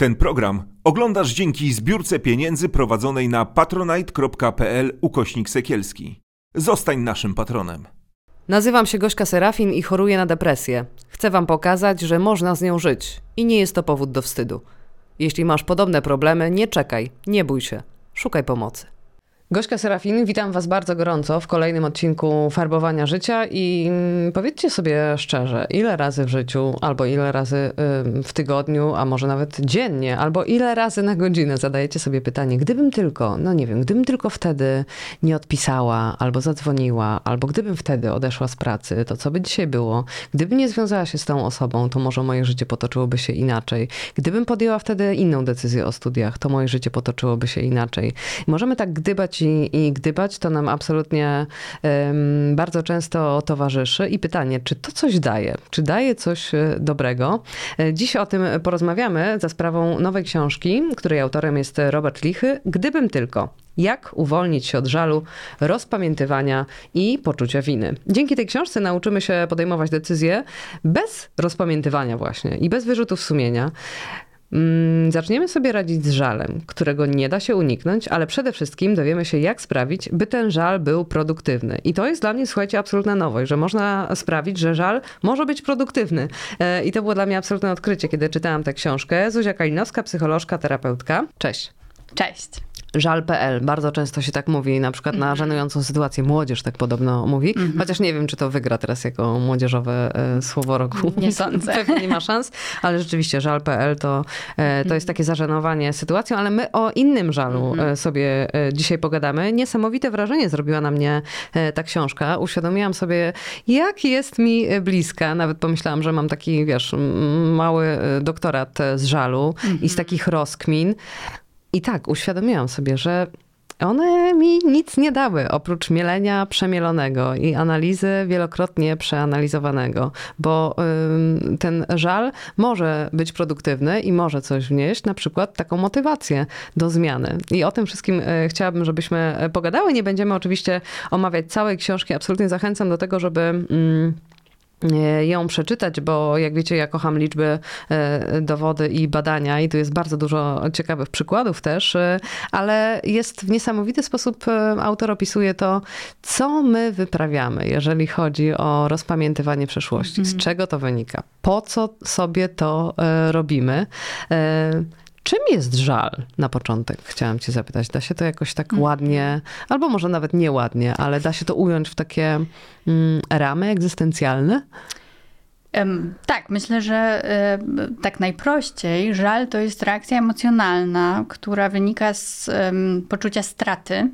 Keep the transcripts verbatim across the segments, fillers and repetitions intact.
Ten program oglądasz dzięki zbiórce pieniędzy prowadzonej na patronite.pl ukośnik Sekielski. Zostań naszym patronem. Nazywam się Gośka Serafin i choruję na depresję. Chcę Wam pokazać, że można z nią żyć i nie jest to powód do wstydu. Jeśli masz podobne problemy, nie czekaj, nie bój się, szukaj pomocy. Gośka Serafin, witam Was bardzo gorąco w kolejnym odcinku Farbowania Życia i powiedzcie sobie szczerze, ile razy w życiu, albo ile razy w tygodniu, a może nawet dziennie, albo ile razy na godzinę zadajecie sobie pytanie, gdybym tylko, no nie wiem, gdybym tylko wtedy nie odpisała, albo zadzwoniła, albo gdybym wtedy odeszła z pracy, to co by dzisiaj było? Gdybym nie związała się z tą osobą, to może moje życie potoczyłoby się inaczej. Gdybym podjęła wtedy inną decyzję o studiach, to moje życie potoczyłoby się inaczej. Możemy tak gdybać I, i gdybać, to nam absolutnie um, bardzo często towarzyszy. I pytanie, czy to coś daje? Czy daje coś dobrego? Dziś o tym porozmawiamy za sprawą nowej książki, której autorem jest Robert Lichy. Gdybym tylko. Jak uwolnić się od żalu, rozpamiętywania i poczucia winy. Dzięki tej książce nauczymy się podejmować decyzje bez rozpamiętywania właśnie i bez wyrzutów sumienia. Zaczniemy sobie radzić z żalem, którego nie da się uniknąć, ale przede wszystkim dowiemy się, jak sprawić, by ten żal był produktywny. I to jest dla mnie, słuchajcie, absolutna nowość, że można sprawić, że żal może być produktywny. I to było dla mnie absolutne odkrycie, kiedy czytałam tę książkę. Zuzia Kalinowska, psycholożka, terapeutka. Cześć. Cześć. żal kropka pe el. Bardzo często się tak mówi, na przykład na żenującą sytuację. Młodzież tak podobno mówi. Mm-hmm. Chociaż nie wiem, czy to wygra teraz jako młodzieżowe e, słowo roku. Nie sądzę. Pewnie nie ma szans, ale rzeczywiście żal kropka pe el to, e, to jest takie zażenowanie sytuacją, ale my o innym żalu mm-hmm. sobie e, dzisiaj pogadamy. Niesamowite wrażenie zrobiła na mnie e, ta książka. Uświadomiłam sobie, jak jest mi bliska. Nawet pomyślałam, że mam taki, wiesz, mały doktorat z żalu mm-hmm. i z takich rozkmin. I tak, uświadomiłam sobie, że one mi nic nie dały, oprócz mielenia przemielonego i analizy wielokrotnie przeanalizowanego, bo y, ten żal może być produktywny i może coś wnieść, na przykład taką motywację do zmiany. I o tym wszystkim y, chciałabym, żebyśmy pogadały. Nie będziemy oczywiście omawiać całej książki. Absolutnie zachęcam do tego, żeby... Y, ją przeczytać, bo jak wiecie, ja kocham liczby, dowody i badania i tu jest bardzo dużo ciekawych przykładów też, ale jest w niesamowity sposób autor opisuje to, co my wyprawiamy, jeżeli chodzi o rozpamiętywanie przeszłości. Mm. Z czego to wynika? Po co sobie to robimy? Czym jest żal? Na początek chciałam cię zapytać. Da się to jakoś tak mm. ładnie, albo może nawet nieładnie, ale da się to ująć w takie mm, ramy egzystencjalne? Um, tak, myślę, że um, tak najprościej żal to jest reakcja emocjonalna, która wynika z um, poczucia straty.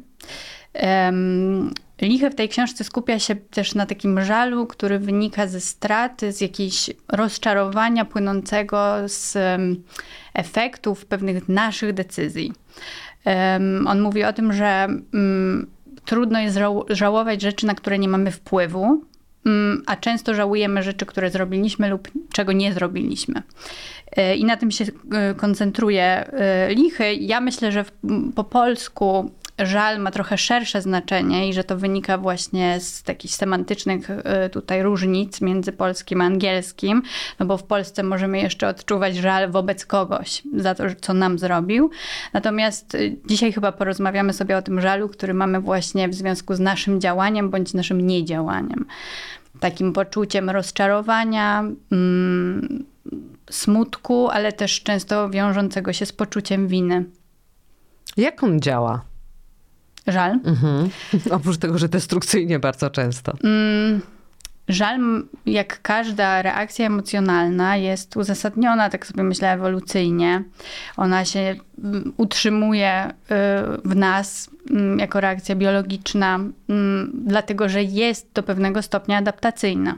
Um, Lichy w tej książce skupia się też na takim żalu, który wynika ze straty, z jakiejś rozczarowania płynącego z um, efektów pewnych naszych decyzji. Um, on mówi o tym, że um, trudno jest żał- żałować rzeczy, na które nie mamy wpływu, um, a często żałujemy rzeczy, które zrobiliśmy lub czego nie zrobiliśmy. Um, I na tym się um, koncentruje um, Lichy. Ja myślę, że w, po polsku żal ma trochę szersze znaczenie i że to wynika właśnie z takich semantycznych tutaj różnic między polskim a angielskim, no bo w Polsce możemy jeszcze odczuwać żal wobec kogoś za to, co nam zrobił. Natomiast dzisiaj chyba porozmawiamy sobie o tym żalu, który mamy właśnie w związku z naszym działaniem bądź naszym niedziałaniem. Takim poczuciem rozczarowania, mm, smutku, ale też często wiążącego się z poczuciem winy. Jak on działa? Żal? Mhm. Oprócz tego, że destrukcyjnie bardzo często. Mm, żal, jak każda reakcja emocjonalna, jest uzasadniona, tak sobie myślę, ewolucyjnie. Ona się utrzymuje w nas jako reakcja biologiczna, dlatego że jest do pewnego stopnia adaptacyjna.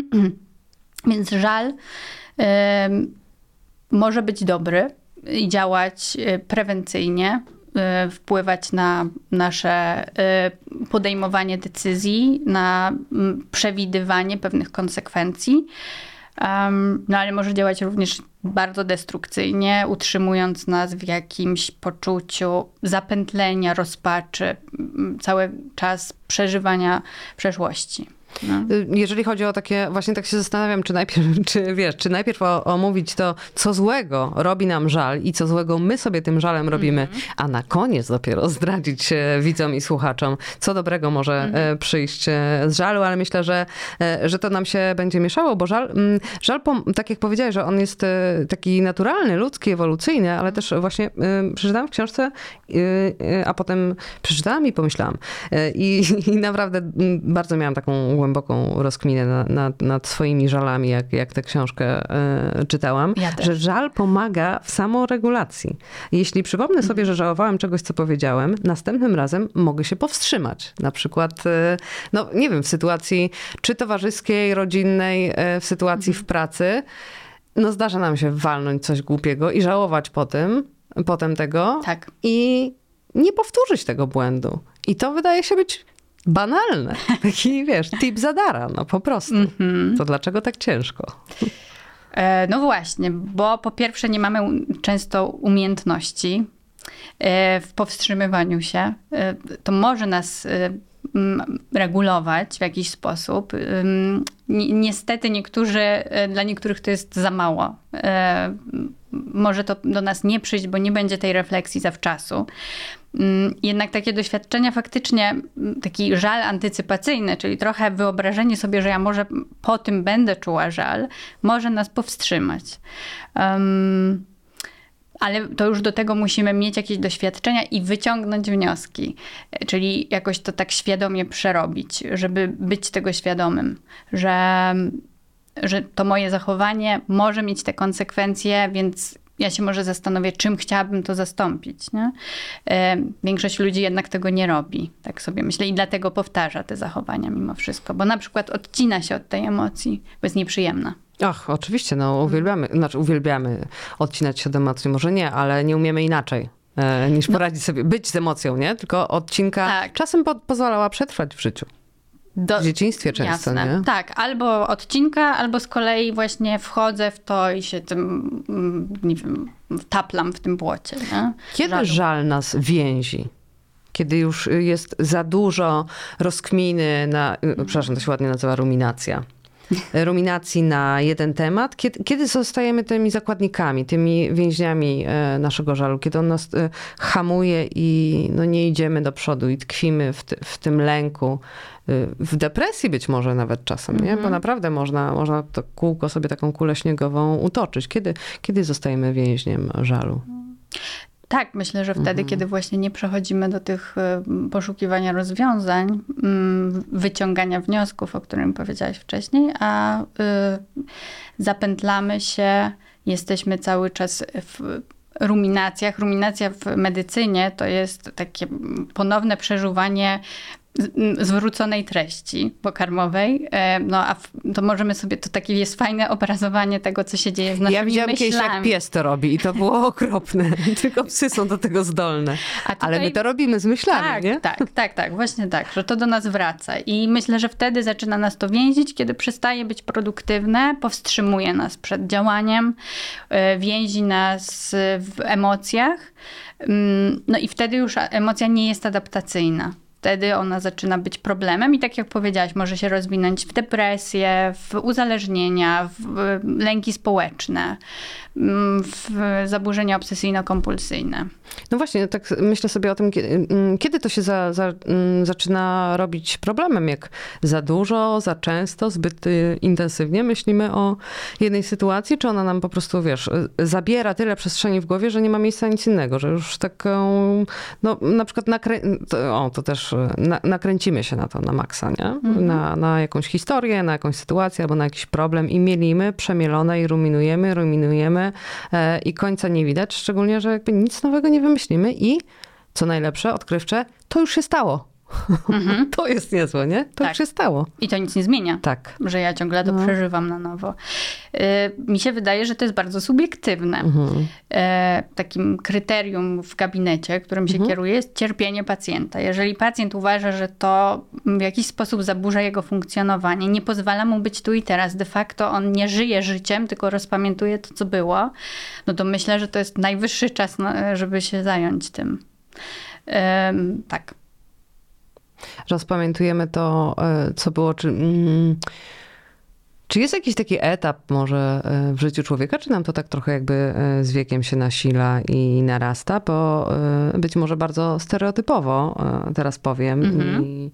Więc żal y, może być dobry i działać prewencyjnie, wpływać na nasze podejmowanie decyzji, na przewidywanie pewnych konsekwencji. No ale może działać również bardzo destrukcyjnie, utrzymując nas w jakimś poczuciu zapętlenia, rozpaczy, cały czas przeżywania przeszłości. No. Jeżeli chodzi o takie, właśnie tak się zastanawiam, czy najpierw, czy wiesz, czy najpierw o- omówić to, co złego robi nam żal i co złego my sobie tym żalem robimy, mm-hmm. a na koniec dopiero zdradzić e, widzom i słuchaczom, co dobrego może mm-hmm. e, przyjść e, z żalu, ale myślę, że, e, że to nam się będzie mieszało, bo żal, m, żal pom- tak jak powiedziałeś, że on jest e, taki naturalny, ludzki, ewolucyjny, ale też właśnie e, przeczytałam w książce, e, e, a potem przeczytałam i pomyślałam. E, i, I naprawdę m, bardzo miałam taką głęboką rozkminę na, nad, nad swoimi żalami, jak, jak tę książkę e, czytałam, Ja też. że żal pomaga w samoregulacji. Jeśli przypomnę sobie, że żałowałam czegoś, co powiedziałem, następnym razem mogę się powstrzymać. Na przykład, e, no nie wiem, w sytuacji czy towarzyskiej, rodzinnej, e, w sytuacji w pracy, no zdarza nam się walnąć coś głupiego i żałować po tym, potem tego Tak. i nie powtórzyć tego błędu. I to wydaje się być banalne. Taki, wiesz, tip za dara, no po prostu. Mhm. To dlaczego tak ciężko? E, No właśnie, bo po pierwsze nie mamy u- często umiejętności e, w powstrzymywaniu się. E, To może nas e, m, regulować w jakiś sposób. Ym, ni- Niestety niektórzy, e, dla niektórych to jest za mało. E, Może to do nas nie przyjść, bo nie będzie tej refleksji zawczasu. Ym, Jednak takie doświadczenia faktycznie, m, taki żal antycypacyjny, czyli trochę wyobrażenie sobie, że ja może po tym będę czuła żal, może nas powstrzymać. Ym, Ale to już do tego musimy mieć jakieś doświadczenia i wyciągnąć wnioski. Czyli jakoś to tak świadomie przerobić, żeby być tego świadomym, że, że to moje zachowanie może mieć te konsekwencje, więc ja się może zastanowię, czym chciałabym to zastąpić. Nie? E, Większość ludzi jednak tego nie robi, tak sobie myślę, i dlatego powtarza te zachowania mimo wszystko, bo na przykład odcina się od tej emocji, bo jest nieprzyjemna. Ach, oczywiście, no uwielbiamy, znaczy uwielbiamy odcinać się od emocji, może nie, ale nie umiemy inaczej e, niż poradzić sobie, być z emocją, nie? Tylko odcinka Tak. czasem po, pozwalała przetrwać w życiu. Do, W dzieciństwie często, jasne. nie? Tak, albo odcinka, albo z kolei właśnie wchodzę w to i się tym, mm, nie wiem, taplam w tym błocie. Nie? Kiedy Żalu. żal nas więzi? Kiedy już jest za dużo rozkminy na, przepraszam, to się ładnie nazywa ruminacja. Ruminacji na jeden temat. Kiedy, kiedy zostajemy tymi zakładnikami, tymi więźniami e, naszego żalu? Kiedy on nas e, hamuje i no, nie idziemy do przodu i tkwimy w, ty, w tym lęku, e, w depresji być może nawet czasem, nie? Bo naprawdę można, można to kółko sobie taką kulę śniegową utoczyć. Kiedy, kiedy zostajemy więźniem żalu? Tak, myślę, że wtedy, Mhm. kiedy właśnie nie przechodzimy do tych y, poszukiwania rozwiązań, mm, wyciągania wniosków, o którym powiedziałaś wcześniej, a y, zapętlamy się, jesteśmy cały czas w ruminacjach. Ruminacja w medycynie to jest takie ponowne przeżuwanie z- zwróconej treści pokarmowej. E, No a w, to możemy sobie, to takie jest fajne obrazowanie tego, co się dzieje z naszymi Ja widziałam kiedyś, jak myślami. pies to robi i to było okropne. Tylko psy są do tego zdolne. A Ale my tutaj- to robimy z myślami, Tak, nie? tak, tak, tak, właśnie tak, że to do nas wraca. I myślę, że wtedy zaczyna nas to więzić, kiedy przestaje być produktywne, powstrzymuje nas przed działaniem, e, więzi nas w emocjach. Mm, No i wtedy już emocja nie jest adaptacyjna. Wtedy ona zaczyna być problemem i tak jak powiedziałaś, może się rozwinąć w depresję, w uzależnienia, w lęki społeczne, mm, w zaburzenia obsesyjno-kompulsyjne. No właśnie, tak myślę sobie o tym, kiedy, kiedy to się za, za, mm, zaczyna robić problemem, jak za dużo, za często, zbyt y, intensywnie myślimy o jednej sytuacji, czy ona nam po prostu, wiesz, zabiera tyle przestrzeni w głowie, że nie ma miejsca na nic innego, że już taką, no na przykład nakrę... to, o, to też na, nakręcimy się na to, na maksa, nie? Mhm. Na, na jakąś historię, na jakąś sytuację albo na jakiś problem i mielimy, przemielone i ruminujemy, ruminujemy e, i końca nie widać, szczególnie, że jakby nic nowego nie wymyślimy i co najlepsze, odkrywcze, to już się stało. Mhm. To jest niezłe, nie? To Tak. już się stało. I to nic nie zmienia. Tak. Że ja ciągle to No. przeżywam na nowo. Y, Mi się wydaje, że to jest bardzo subiektywne. Mhm. E, Takim kryterium w gabinecie, którym się Mhm. kieruje, jest cierpienie pacjenta. Jeżeli pacjent uważa, że to w jakiś sposób zaburza jego funkcjonowanie, nie pozwala mu być tu i teraz, de facto on nie żyje życiem, tylko rozpamiętuje to, co było, no to myślę, że to jest najwyższy czas, na- żeby się zająć tym. Em, tak. rozpamiętujemy to, co było, czy... Mm, Czy jest jakiś taki etap może w życiu człowieka, czy nam to tak trochę jakby z wiekiem się nasila i narasta, bo być może bardzo stereotypowo teraz powiem. Mhm. I,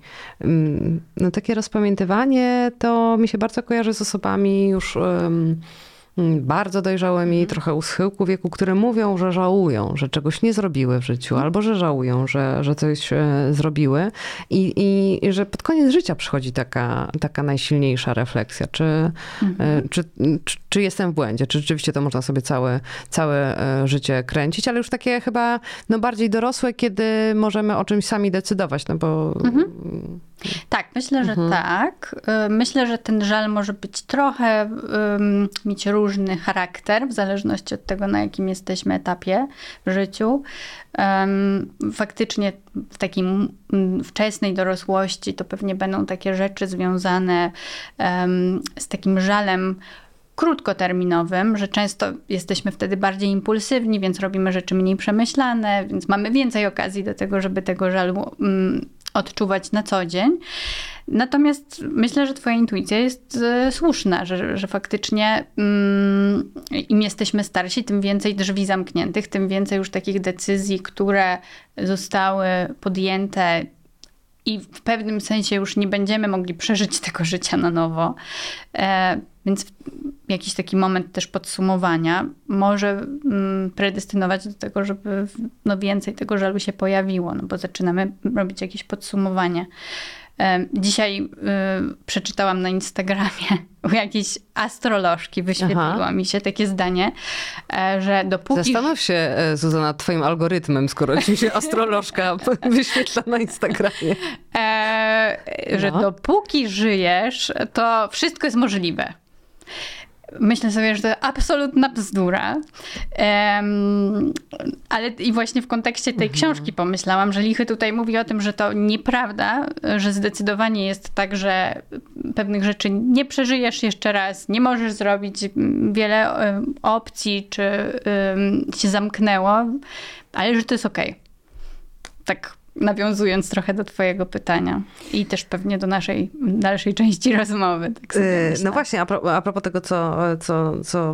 no, takie rozpamiętywanie to mi się bardzo kojarzy z osobami już um, bardzo dojrzałymi, mhm. trochę u schyłku wieku, które mówią, że żałują, że czegoś nie zrobiły w życiu, mhm. albo że żałują, że, że coś zrobiły i, i, i że pod koniec życia przychodzi taka, taka najsilniejsza refleksja, czy, mhm. czy, czy, czy jestem w błędzie, czy rzeczywiście to można sobie całe, całe życie kręcić, ale już takie chyba no, bardziej dorosłe, kiedy możemy o czymś sami decydować, no bo... Mhm. Tak, myślę, że mhm. tak. Myślę, że ten żal może być trochę, um, mieć różny charakter, w zależności od tego, na jakim jesteśmy etapie w życiu. Um, faktycznie w takiej wczesnej dorosłości to pewnie będą takie rzeczy związane um, z takim żalem krótkoterminowym, że często jesteśmy wtedy bardziej impulsywni, więc robimy rzeczy mniej przemyślane, więc mamy więcej okazji do tego, żeby tego żalu um, odczuwać na co dzień. Natomiast myślę, że twoja intuicja jest e, słuszna, że, że faktycznie mm, im jesteśmy starsi, tym więcej drzwi zamkniętych, tym więcej już takich decyzji, które zostały podjęte i w pewnym sensie już nie będziemy mogli przeżyć tego życia na nowo. E, więc jakiś taki moment też podsumowania może mm, predestynować do tego, żeby no, więcej tego żalu się pojawiło, no bo zaczynamy robić jakieś podsumowanie. E, dzisiaj y, przeczytałam na Instagramie u jakiejś astrolożki, wyświetliło Aha. mi się takie zdanie, e, że dopóki... Zastanów się, Zuzana, nad twoim algorytmem, skoro ci się astrolożka wyświetla na Instagramie. E, że no. dopóki żyjesz, to wszystko jest możliwe. Myślę sobie, że to absolutna bzdura. Um, ale i właśnie w kontekście tej mhm. książki pomyślałam, że Lichy tutaj mówi o tym, że to nieprawda, że zdecydowanie jest tak, że pewnych rzeczy nie przeżyjesz jeszcze raz, nie możesz zrobić, wiele um, opcji, czy um, się zamknęło, ale że to jest okej. Okay. Tak nawiązując trochę do twojego pytania i też pewnie do naszej dalszej części rozmowy. Tak sobie yy, no właśnie, a, pro, a propos tego, co, co, co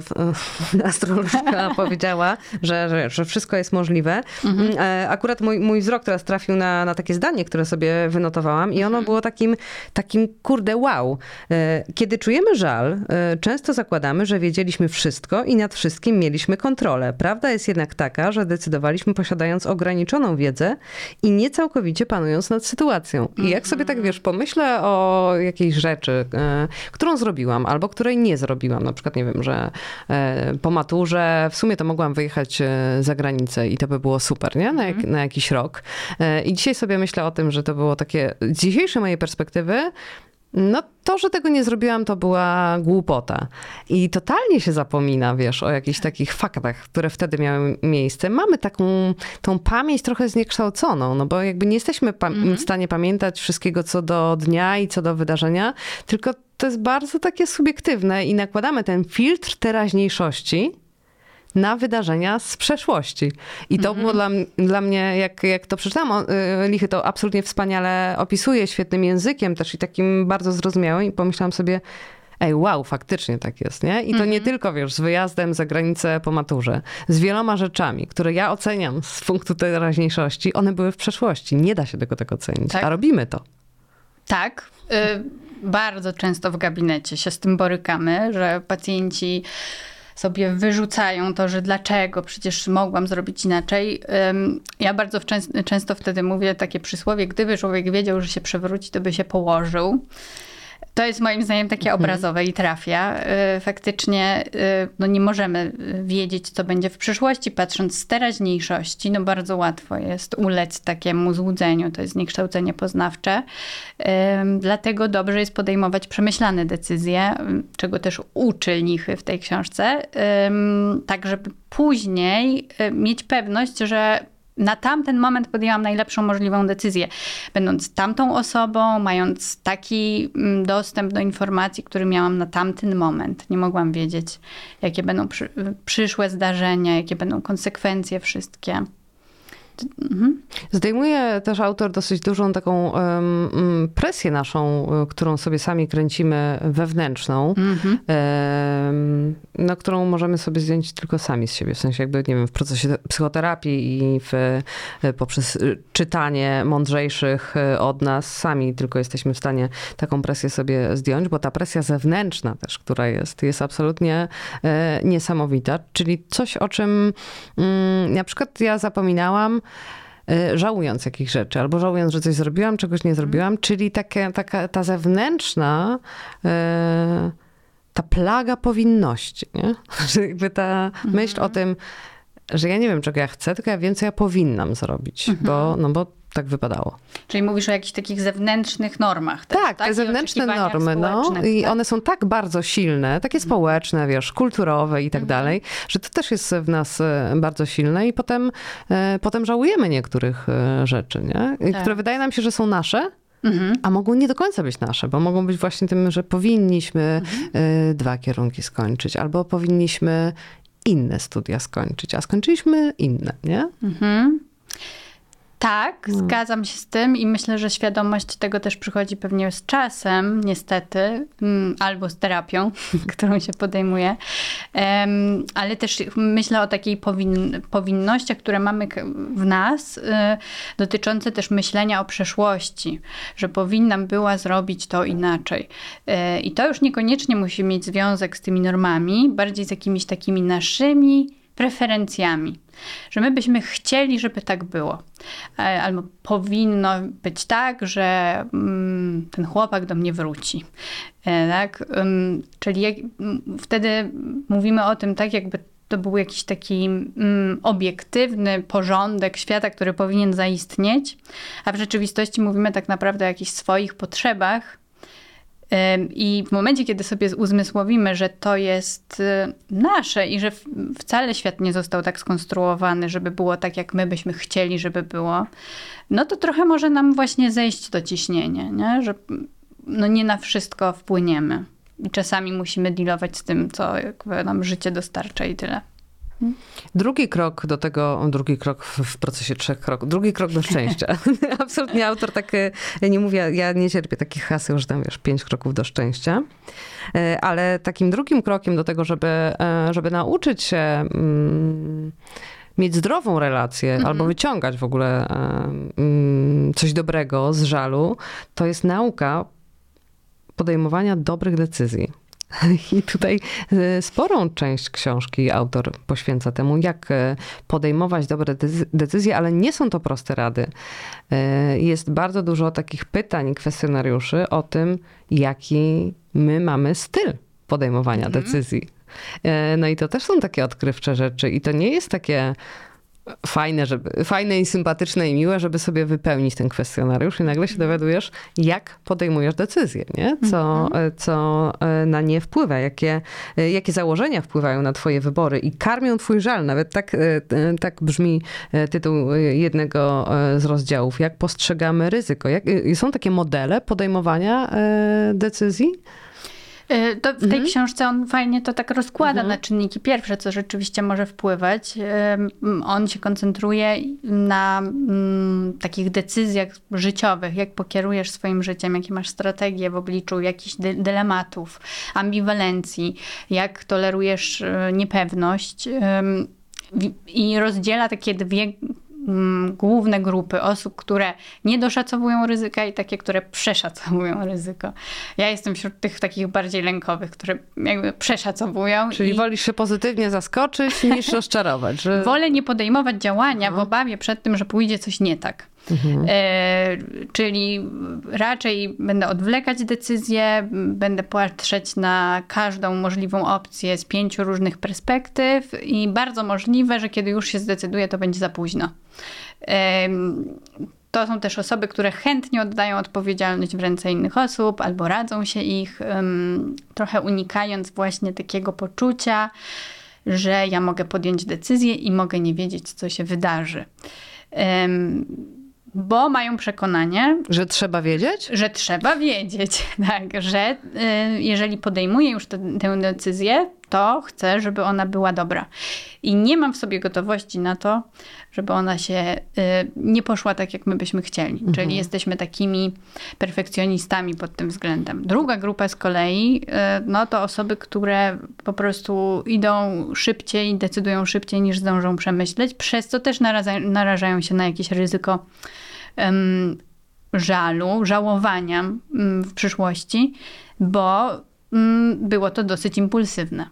astrolożka powiedziała, że, że, że wszystko jest możliwe. Mhm. Akurat mój, mój wzrok teraz trafił na, na takie zdanie, które sobie wynotowałam i ono mhm. było takim, takim kurde wow. Kiedy czujemy żal, często zakładamy, że wiedzieliśmy wszystko i nad wszystkim mieliśmy kontrolę. Prawda jest jednak taka, że decydowaliśmy posiadając ograniczoną wiedzę i nie całkowicie panując nad sytuacją. I jak sobie tak, wiesz, pomyślę o jakiejś rzeczy, e, którą zrobiłam, albo której nie zrobiłam. Na przykład, nie wiem, że e, po maturze w sumie to mogłam wyjechać e, za granicę i to by było super, nie? Na, jak, na jakiś rok. E, I dzisiaj sobie myślę o tym, że to było takie, z dzisiejszej mojej perspektywy, no to, że tego nie zrobiłam, to była głupota. I totalnie się zapomina, wiesz, o jakichś takich faktach, które wtedy miały miejsce. Mamy taką tą pamięć trochę zniekształconą, no bo jakby nie jesteśmy pa- mm-hmm. w stanie pamiętać wszystkiego co do dnia i co do wydarzenia, tylko to jest bardzo takie subiektywne i nakładamy ten filtr teraźniejszości na wydarzenia z przeszłości. I to mm-hmm. było dla, dla mnie, jak, jak to przeczytałam, Lichy to absolutnie wspaniale opisuje, świetnym językiem też i takim bardzo zrozumiałym i pomyślałam sobie, ej, wow, faktycznie tak jest, nie? I to mm-hmm. nie tylko, wiesz, z wyjazdem za granicę po maturze, z wieloma rzeczami, które ja oceniam z punktu teraźniejszości, one były w przeszłości. Nie da się tego tak ocenić, tak? A robimy to. Tak. Y- bardzo często w gabinecie się z tym borykamy, że pacjenci sobie wyrzucają to, że dlaczego, przecież mogłam zrobić inaczej. Ja bardzo często wtedy mówię takie przysłowie, gdyby człowiek wiedział, że się przewróci, to by się położył. To jest moim zdaniem takie mhm. obrazowe i trafia. Faktycznie no nie możemy wiedzieć, co będzie w przyszłości. Patrząc z teraźniejszości, no bardzo łatwo jest ulec takiemu złudzeniu. To jest zniekształcenie poznawcze. Dlatego dobrze jest podejmować przemyślane decyzje, czego też uczy Lichy w tej książce, tak żeby później mieć pewność, że na tamten moment podjęłam najlepszą możliwą decyzję. Będąc tamtą osobą, mając taki dostęp do informacji, który miałam na tamten moment. Nie mogłam wiedzieć, jakie będą przy, przyszłe zdarzenia, jakie będą konsekwencje wszystkie. Mhm. Zdejmuje też autor dosyć dużą taką um, presję naszą, którą sobie sami kręcimy, wewnętrzną, Mhm. um, no, którą możemy sobie zdjąć tylko sami z siebie. W sensie jakby, nie wiem, w procesie psychoterapii i w, poprzez czytanie mądrzejszych od nas, sami tylko jesteśmy w stanie taką presję sobie zdjąć, bo ta presja zewnętrzna też, która jest, jest absolutnie e, niesamowita. Czyli coś, o czym mm, na przykład ja zapominałam, żałując jakichś rzeczy, albo żałując, że coś zrobiłam, czegoś nie zrobiłam, czyli takie, taka, ta zewnętrzna, ta plaga powinności, nie? Że jakby ta mhm. myśl o tym, że ja nie wiem, czego ja chcę, tylko ja wiem, co ja powinnam zrobić, mhm. bo, no bo tak wypadało. Czyli mówisz o jakichś takich zewnętrznych normach. Też, tak, tak, te zewnętrzne normy, no i tak? One są tak bardzo silne, takie społeczne, wiesz, kulturowe i tak mhm. dalej, że to też jest w nas bardzo silne i potem, e, potem żałujemy niektórych rzeczy, nie? Tak. Które wydaje nam się, że są nasze, mhm. a mogą nie do końca być nasze, bo mogą być właśnie tym, że powinniśmy mhm. e, dwa kierunki skończyć, albo powinniśmy inne studia skończyć, a skończyliśmy inne, nie? Mhm. Tak, hmm. zgadzam się z tym i myślę, że świadomość tego też przychodzi pewnie z czasem, niestety, albo z terapią, którą się podejmuje. Um, ale też myślę o takiej powin- powinnościach, które mamy w nas, y, dotyczące też myślenia o przeszłości, że powinnam była zrobić to inaczej. Y, I to już niekoniecznie musi mieć związek z tymi normami, bardziej z jakimiś takimi naszymi preferencjami. Że my byśmy chcieli, żeby tak było. Albo powinno być tak, że mm, ten chłopak do mnie wróci. Tak? Czyli jak, wtedy mówimy o tym tak, jakby to był jakiś taki mm, obiektywny porządek świata, który powinien zaistnieć, a w rzeczywistości mówimy tak naprawdę o jakichś swoich potrzebach. I w momencie, kiedy sobie uzmysłowimy, że to jest nasze i że wcale świat nie został tak skonstruowany, żeby było tak, jak my byśmy chcieli, żeby było, no to trochę może nam właśnie zejść to ciśnienie, nie? Że no nie na wszystko wpłyniemy. I czasami musimy dealować z tym, co jakby nam życie dostarcza i tyle. Drugi krok do tego, drugi krok w procesie trzech kroków, drugi krok do szczęścia. Absolutnie autor tak nie mówi, ja nie cierpię takich haseł, że tam wiesz, pięć kroków do szczęścia. Ale takim drugim krokiem do tego, żeby, żeby nauczyć się mm, mieć zdrową relację mm-hmm. albo wyciągać w ogóle mm, coś dobrego z żalu, to jest nauka podejmowania dobrych decyzji. I tutaj sporą część książki autor poświęca temu, jak podejmować dobre decyzje, ale nie są to proste rady. Jest bardzo dużo takich pytań i kwestionariuszy o tym, jaki my mamy styl podejmowania mhm. decyzji. No i to też są takie odkrywcze rzeczy i to nie jest takie fajne, żeby, fajne i sympatyczne i miłe, żeby sobie wypełnić ten kwestionariusz i nagle się dowiadujesz, jak podejmujesz decyzje, nie? Co, mhm. co na nie wpływa, jakie, jakie założenia wpływają na twoje wybory i karmią twój żal. Nawet tak, tak brzmi tytuł jednego z rozdziałów. Jak postrzegamy ryzyko? Jak, są takie modele podejmowania decyzji? To w tej mhm. książce on fajnie to tak rozkłada mhm. na czynniki pierwsze, co rzeczywiście może wpływać. On się koncentruje na mm, takich decyzjach życiowych, jak pokierujesz swoim życiem, jakie masz strategie w obliczu jakichś dy- dylematów, ambiwalencji, jak tolerujesz niepewność i rozdziela takie dwie główne grupy osób, które nie doszacowują ryzyka i takie, które przeszacowują ryzyko. Ja jestem wśród tych takich bardziej lękowych, które jakby przeszacowują. Czyli i... wolisz się pozytywnie zaskoczyć niż rozczarować. Że... Wolę nie podejmować działania mhm. w obawie przed tym, że pójdzie coś nie tak. Mhm. E, czyli raczej będę odwlekać decyzje, będę patrzeć na każdą możliwą opcję z pięciu różnych perspektyw i bardzo możliwe, że kiedy już się zdecyduję, to będzie za późno. E, to są też osoby, które chętnie oddają odpowiedzialność w ręce innych osób albo radzą się ich, um, trochę unikając właśnie takiego poczucia, że ja mogę podjąć decyzję i mogę nie wiedzieć, co się wydarzy. Um, Bo mają przekonanie... Że trzeba wiedzieć? Że trzeba wiedzieć, tak. Że y, jeżeli podejmuję już te, tę decyzję, to chcę, żeby ona była dobra. I nie mam w sobie gotowości na to, żeby ona się y, nie poszła tak, jak my byśmy chcieli. Mhm. Czyli jesteśmy takimi perfekcjonistami pod tym względem. Druga grupa z kolei, y, no to osoby, które po prostu idą szybciej, decydują szybciej niż zdążą przemyśleć, przez co też narażają, narażają się na jakieś ryzyko um, żalu, żałowania um, w przyszłości, bo um, było to dosyć impulsywne.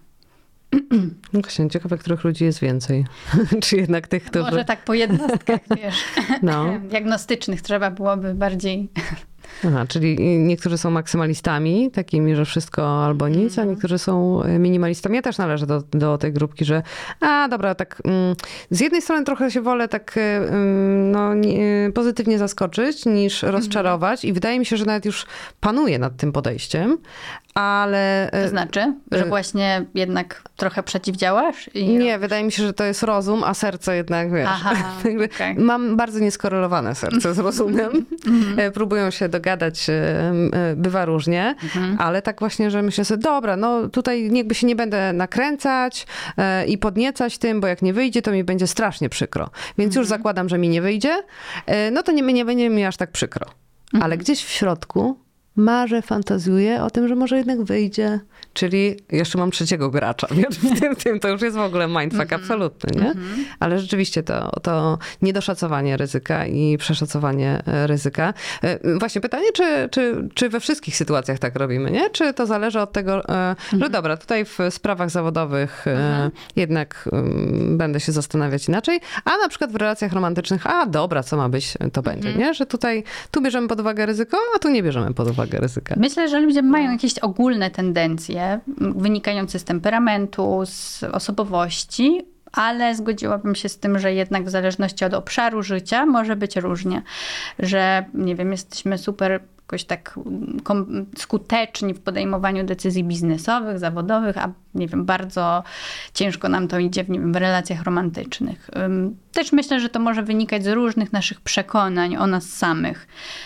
No właśnie, ciekawe, których ludzi jest więcej. Czy jednak tych, którzy... Może tak po jednostkach, wiesz, no. diagnostycznych trzeba byłoby bardziej... Aha, czyli niektórzy są maksymalistami, takimi, że wszystko albo nic, a niektórzy są minimalistami. Ja też należę do, do tej grupki, że a dobra, tak mm, z jednej strony trochę się wolę tak mm, no, nie, pozytywnie zaskoczyć, niż rozczarować i wydaje mi się, że nawet już panuję nad tym podejściem, ale... To znaczy, że właśnie jednak trochę przeciwdziałasz? I... Nie, wydaje mi się, że to jest rozum, a serce jednak, wiesz. Aha, okay. Mam bardzo nieskorelowane serce z rozumem. Próbują się dogadać, bywa różnie, mhm. ale tak właśnie, że myślę sobie, dobra, no tutaj jakby się nie będę nakręcać i podniecać tym, bo jak nie wyjdzie, to mi będzie strasznie przykro. Więc mhm. już zakładam, że mi nie wyjdzie, no to nie, nie będzie mi aż tak przykro. Mhm. Ale gdzieś w środku marzę, fantazjuję o tym, że może jednak wyjdzie. Czyli jeszcze mam trzeciego gracza. Wiesz? W tym, tym to już jest w ogóle mindfuck mm-hmm. absolutny, nie? Mm-hmm. Ale rzeczywiście to, to niedoszacowanie ryzyka i przeszacowanie ryzyka. Właśnie pytanie, czy, czy, czy we wszystkich sytuacjach tak robimy, nie? Czy to zależy od tego, mm-hmm. że dobra, tutaj w sprawach zawodowych mm-hmm. jednak będę się zastanawiać inaczej, a na przykład w relacjach romantycznych, a dobra, co ma być, to będzie, mm-hmm. nie? Że tutaj tu bierzemy pod uwagę ryzyko, a tu nie bierzemy pod uwagę ryzyka. Myślę, że ludzie mają jakieś ogólne tendencje wynikające z temperamentu, z osobowości, ale zgodziłabym się z tym, że jednak w zależności od obszaru życia może być różnie. Że, nie wiem, jesteśmy super jakoś tak skuteczni w podejmowaniu decyzji biznesowych, zawodowych, a nie wiem, bardzo ciężko nam to idzie w, nie wiem, w relacjach romantycznych. Też myślę, że to może wynikać z różnych naszych przekonań o nas samych.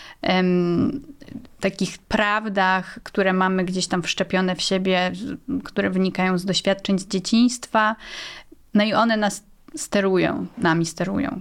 Um, takich prawdach, które mamy gdzieś tam wszczepione w siebie, które wynikają z doświadczeń z dzieciństwa. No i one nas sterują, nami sterują.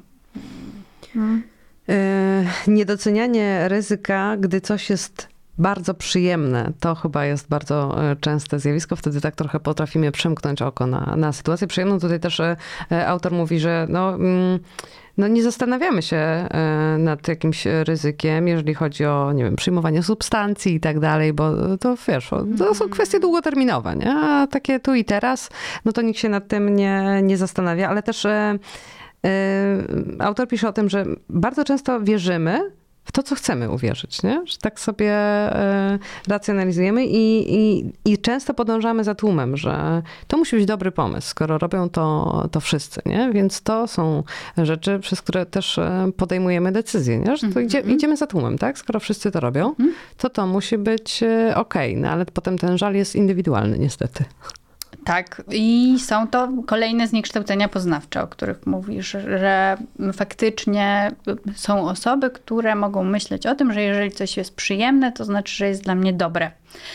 Hmm. Yy, niedocenianie ryzyka, gdy coś jest bardzo przyjemne. To chyba jest bardzo częste zjawisko. Wtedy tak trochę potrafimy przymknąć oko na, na sytuację przyjemną. Tutaj też autor mówi, że no, no nie zastanawiamy się nad jakimś ryzykiem, jeżeli chodzi o, nie wiem, przyjmowanie substancji i tak dalej, bo to wiesz, to są kwestie długoterminowe, nie? A takie tu i teraz, no to nikt się nad tym nie, nie zastanawia, ale też autor pisze o tym, że bardzo często wierzymy w to, co chcemy uwierzyć, nie? Że tak sobie y, racjonalizujemy i, i, i często podążamy za tłumem, że to musi być dobry pomysł, skoro robią to, to wszyscy, nie? Więc to są rzeczy, przez które też podejmujemy decyzje, nie? Że to idzie, idziemy za tłumem, tak? Skoro wszyscy to robią, to to musi być okej, okay, no ale potem ten żal jest indywidualny niestety. Tak, i są to kolejne zniekształcenia poznawcze, o których mówisz, że faktycznie są osoby, które mogą myśleć o tym, że jeżeli coś jest przyjemne, to znaczy, że jest dla mnie dobre.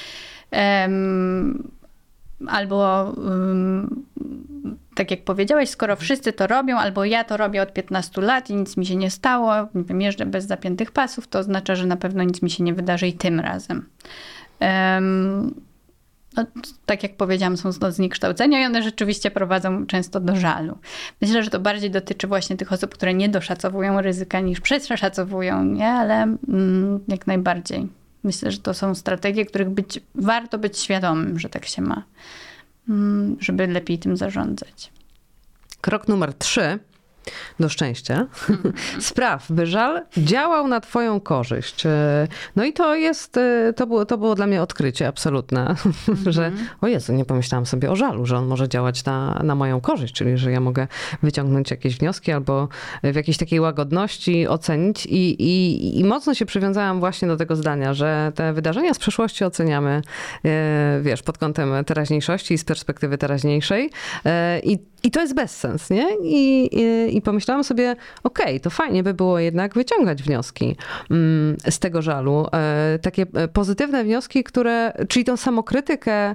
Um, albo um, tak jak powiedziałeś, skoro wszyscy to robią, albo ja to robię od piętnastu lat i nic mi się nie stało, nie wiem, jeżdżę bez zapiętych pasów, to oznacza, że na pewno nic mi się nie wydarzy i tym razem. Um, No, tak jak powiedziałam, są to zniekształcenia i one rzeczywiście prowadzą często do żalu. Myślę, że to bardziej dotyczy właśnie tych osób, które nie doszacowują ryzyka niż przeszacowują, nie? Ale mm, jak najbardziej. Myślę, że to są strategie, których być, warto być świadomym, że tak się ma, mm, żeby lepiej tym zarządzać. Krok numer trzy. Do szczęścia. Spraw, by żal działał na twoją korzyść. No i to jest, to było, to było dla mnie odkrycie absolutne, mm-hmm. że o Jezu, nie pomyślałam sobie o żalu, że on może działać na, na moją korzyść, czyli że ja mogę wyciągnąć jakieś wnioski albo w jakiejś takiej łagodności ocenić i, i, i mocno się przywiązałam właśnie do tego zdania, że te wydarzenia z przeszłości oceniamy, wiesz, pod kątem teraźniejszości i z perspektywy teraźniejszej i, i to jest bezsens, nie? I, i i pomyślałam sobie, okej, okay, to fajnie by było jednak wyciągać wnioski z tego żalu. Takie pozytywne wnioski, które, czyli tą samokrytykę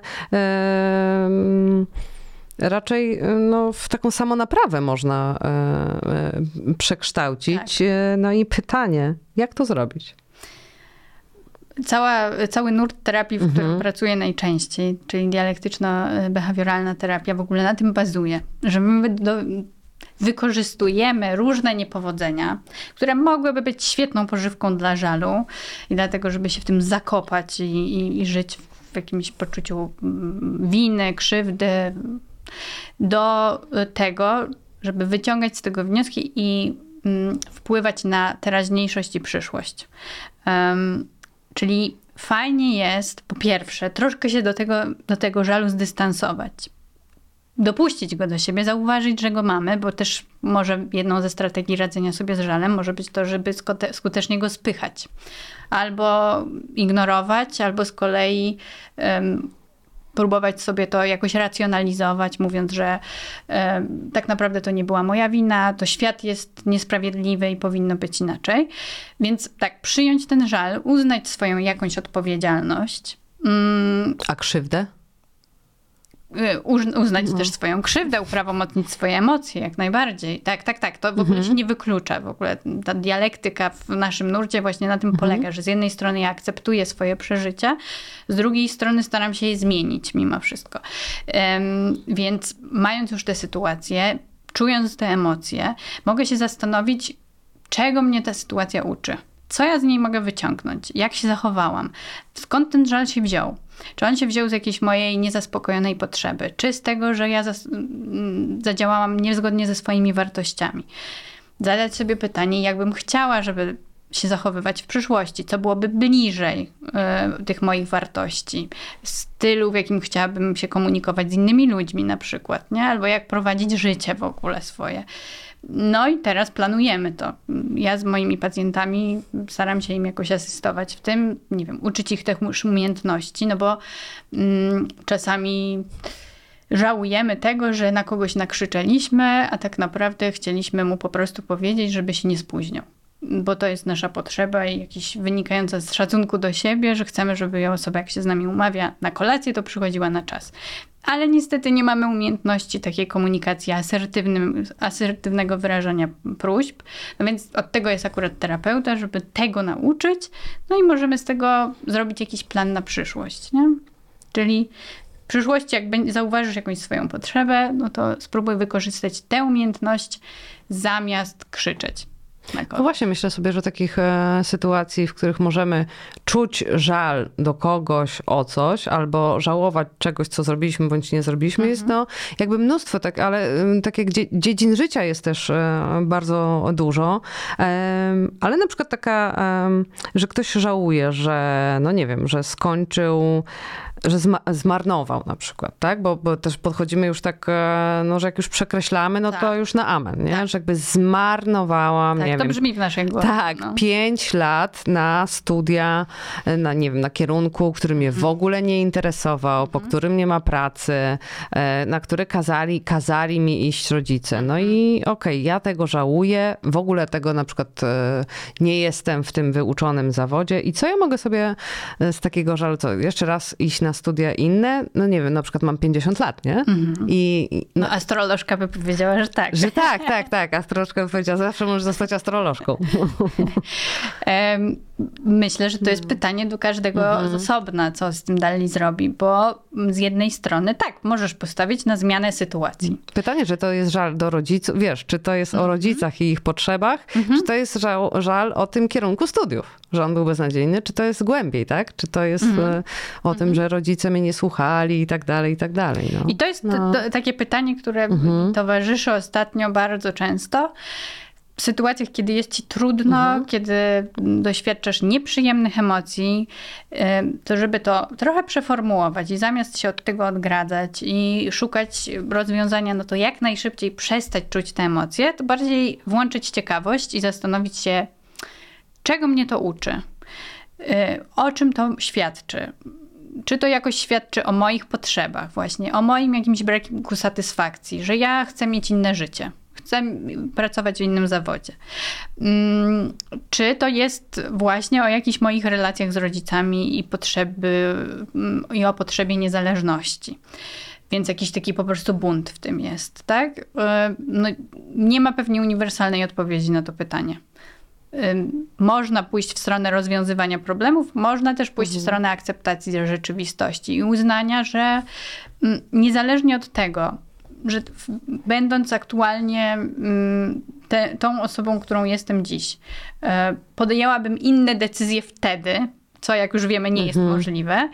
raczej no, w taką samonaprawę można przekształcić. Tak. No i pytanie, jak to zrobić? Cała, cały nurt terapii, w mhm. którym pracuję najczęściej, czyli dialektyczno-behawioralna terapia, w ogóle na tym bazuje, że my do, wykorzystujemy różne niepowodzenia, które mogłyby być świetną pożywką dla żalu i dlatego, żeby się w tym zakopać i, i, i żyć w jakimś poczuciu winy, krzywdy, do tego, żeby wyciągać z tego wnioski i mm, wpływać na teraźniejszość i przyszłość. Um, Czyli fajnie jest, po pierwsze, troszkę się do tego, do tego żalu zdystansować. Dopuścić go do siebie, zauważyć, że go mamy, bo też może jedną ze strategii radzenia sobie z żalem może być to, żeby skutecznie go spychać. Albo ignorować, albo z kolei um, próbować sobie to jakoś racjonalizować, mówiąc, że e, tak naprawdę to nie była moja wina, to świat jest niesprawiedliwy i powinno być inaczej. Więc tak, przyjąć ten żal, uznać swoją jakąś odpowiedzialność. Mm, A krzywdę? Uznać no. też swoją krzywdę, uprawomocnić swoje emocje, jak najbardziej. Tak, tak, tak. To w ogóle mhm. się nie wyklucza. W ogóle ta dialektyka w naszym nurcie właśnie na tym mhm. polega, że z jednej strony ja akceptuję swoje przeżycia, z drugiej strony staram się je zmienić mimo wszystko. Um, więc mając już tę sytuację, czując te emocje, mogę się zastanowić, czego mnie ta sytuacja uczy. Co ja z niej mogę wyciągnąć? Jak się zachowałam? Skąd ten żal się wziął? Czy on się wziął z jakiejś mojej niezaspokojonej potrzeby? Czy z tego, że ja zadziałałam niezgodnie ze swoimi wartościami? Zadać sobie pytanie, jakbym chciała, żeby się zachowywać w przyszłości, co byłoby bliżej y, tych moich wartości, stylu, w jakim chciałabym się komunikować z innymi ludźmi na przykład, nie? Albo jak prowadzić życie w ogóle swoje. No i teraz planujemy to. Ja z moimi pacjentami staram się im jakoś asystować w tym, nie wiem, uczyć ich tych umiejętności, no bo mm, czasami żałujemy tego, że na kogoś nakrzyczeliśmy, a tak naprawdę chcieliśmy mu po prostu powiedzieć, żeby się nie spóźniał. Bo to jest nasza potrzeba i jakiś wynikająca z szacunku do siebie, że chcemy, żeby osoba, jak się z nami umawia na kolację, to przychodziła na czas. Ale niestety nie mamy umiejętności takiej komunikacji asertywnym, asertywnego wyrażania próśb. No więc od tego jest akurat terapeuta, żeby tego nauczyć. No i możemy z tego zrobić jakiś plan na przyszłość, nie? Czyli w przyszłości, jak zauważysz jakąś swoją potrzebę, no to spróbuj wykorzystać tę umiejętność zamiast krzyczeć. No właśnie, myślę sobie, że takich e, sytuacji, w których możemy czuć żal do kogoś o coś, albo żałować czegoś, co zrobiliśmy, bądź nie zrobiliśmy, mhm. jest no jakby mnóstwo, tak, ale e, takich dzie- dziedzin życia jest też e, bardzo dużo. E, ale na przykład taka, e, że ktoś żałuje, że no nie wiem, że skończył, że zma- zmarnował na przykład, tak? Bo, bo też podchodzimy już tak, no, że jak już przekreślamy, no tak. to już na amen, nie? Tak. Że jakby zmarnowałam, tak, nie to wiem. brzmi w naszej głowie. Tak, no. pięć lat na studia, na nie wiem, na kierunku, który mnie w ogóle nie interesował, po którym nie ma pracy, na który kazali, kazali mi iść rodzice. No i okej, okay, ja tego żałuję, w ogóle tego na przykład nie jestem w tym wyuczonym zawodzie i co ja mogę sobie z takiego żalu, co jeszcze raz iść na studia inne, no nie wiem, na przykład mam pięćdziesiąt lat, nie? Mm-hmm. I, no, no astrolożka by powiedziała, że tak. Że tak, tak, tak. Astrolożka by powiedziała, zawsze możesz zostać astrolożką. Myślę, że to jest pytanie do każdego mm-hmm. z osobna, co z tym dalej zrobi, bo z jednej strony tak, możesz postawić na zmianę sytuacji. Pytanie, czy to jest żal do rodziców, wiesz, czy to jest mm-hmm. o rodzicach i ich potrzebach, mm-hmm. czy to jest żal, żal o tym kierunku studiów, że on był beznadziejny, czy to jest głębiej, tak? Czy to jest mm-hmm. o mm-hmm. tym, że rodzice mnie nie słuchali i tak dalej, i tak dalej. No. I to jest no. to, takie pytanie, które mm-hmm. towarzyszy ostatnio bardzo często. W sytuacjach, kiedy jest ci trudno, mhm. kiedy doświadczasz nieprzyjemnych emocji, to żeby to trochę przeformułować i zamiast się od tego odgradzać i szukać rozwiązania, no to jak najszybciej przestać czuć te emocje, to bardziej włączyć ciekawość i zastanowić się, czego mnie to uczy, o czym to świadczy. Czy to jakoś świadczy o moich potrzebach właśnie, o moim jakimś braku satysfakcji, że ja chcę mieć inne życie. chcę pracować w innym zawodzie. Czy to jest właśnie o jakichś moich relacjach z rodzicami i potrzeby, i o potrzebie niezależności. Więc jakiś taki po prostu bunt w tym jest, tak? No, nie ma pewnie uniwersalnej odpowiedzi na to pytanie. Można pójść w stronę rozwiązywania problemów, można też pójść mhm. w stronę akceptacji rzeczywistości i uznania, że niezależnie od tego, że będąc aktualnie te, tą osobą, którą jestem dziś, podjęłabym inne decyzje wtedy, co jak już wiemy nie jest mhm. możliwe,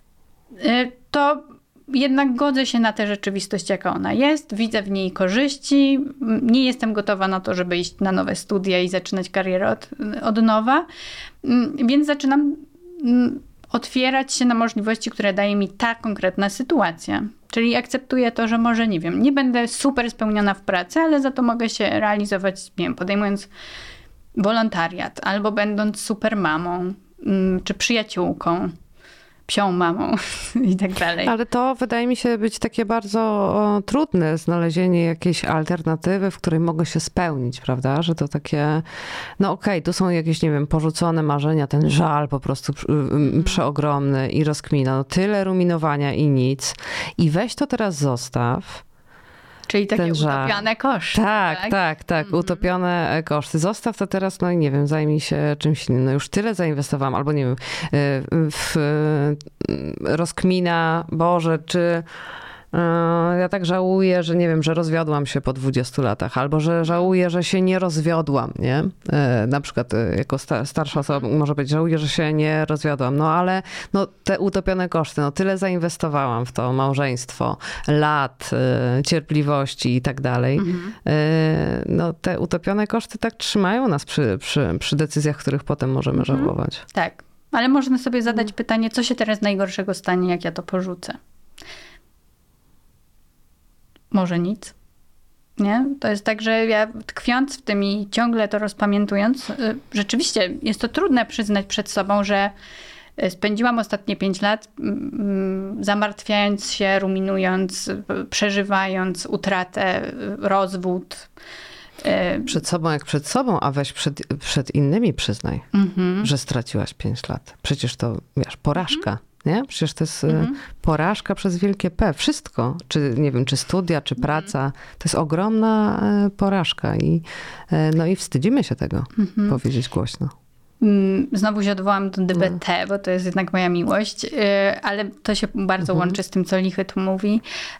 to jednak godzę się na tę rzeczywistość, jaka ona jest, widzę w niej korzyści, nie jestem gotowa na to, żeby iść na nowe studia i zaczynać karierę od, od nowa, więc zaczynam otwierać się na możliwości, które daje mi ta konkretna sytuacja. Czyli akceptuję to, że może, nie wiem, nie będę super spełniona w pracy, ale za to mogę się realizować, nie wiem, podejmując wolontariat, albo będąc super mamą, czy przyjaciółką, psią mamą i tak dalej. Ale to wydaje mi się być takie bardzo o, trudne znalezienie jakiejś alternatywy, w której mogę się spełnić, prawda? Że to takie, no okej, okay, tu są jakieś, nie wiem, porzucone marzenia, ten żal po prostu mm. przeogromny i rozkmina. No tyle ruminowania i nic. I weź to teraz zostaw. Czyli takie utopione koszty. Tak, tak, tak, tak mm-hmm. utopione koszty. Zostaw to teraz, no i nie wiem, zajmij się czymś innym. No już tyle zainwestowałam, albo nie wiem, w rozkmina, Boże, czy ja tak żałuję, że nie wiem, że rozwiodłam się po dwudziestu latach, albo że żałuję, że się nie rozwiodłam, nie? Na przykład jako starsza osoba może być, żałuję, że się nie rozwiodłam, no ale no, te utopione koszty, no tyle zainwestowałam w to małżeństwo, lat, cierpliwości i tak dalej. Mhm. No te utopione koszty tak trzymają nas przy, przy, przy decyzjach, których potem możemy mhm. żałować. Tak, ale można sobie zadać mhm. pytanie, co się teraz najgorszego stanie, jak ja to porzucę? Może nic. Nie? To jest tak, że ja tkwiąc w tym i ciągle to rozpamiętując, rzeczywiście jest to trudne przyznać przed sobą, że spędziłam ostatnie pięć lat zamartwiając się, ruminując, przeżywając utratę, rozwód. Przed sobą jak przed sobą, a weź przed, przed innymi przyznaj, mhm. że straciłaś pięć lat. Przecież to, wiesz, porażka. Mhm. Nie? Przecież to jest mhm. porażka przez wielkie P. Wszystko. Czy, nie wiem, czy studia, czy praca. Mhm. To jest ogromna porażka. I, no i wstydzimy się tego mhm. powiedzieć głośno. Znowu się odwołam do D B T, no. bo to jest jednak moja miłość. Ale to się bardzo mhm. łączy z tym, co Lichy tu mówi,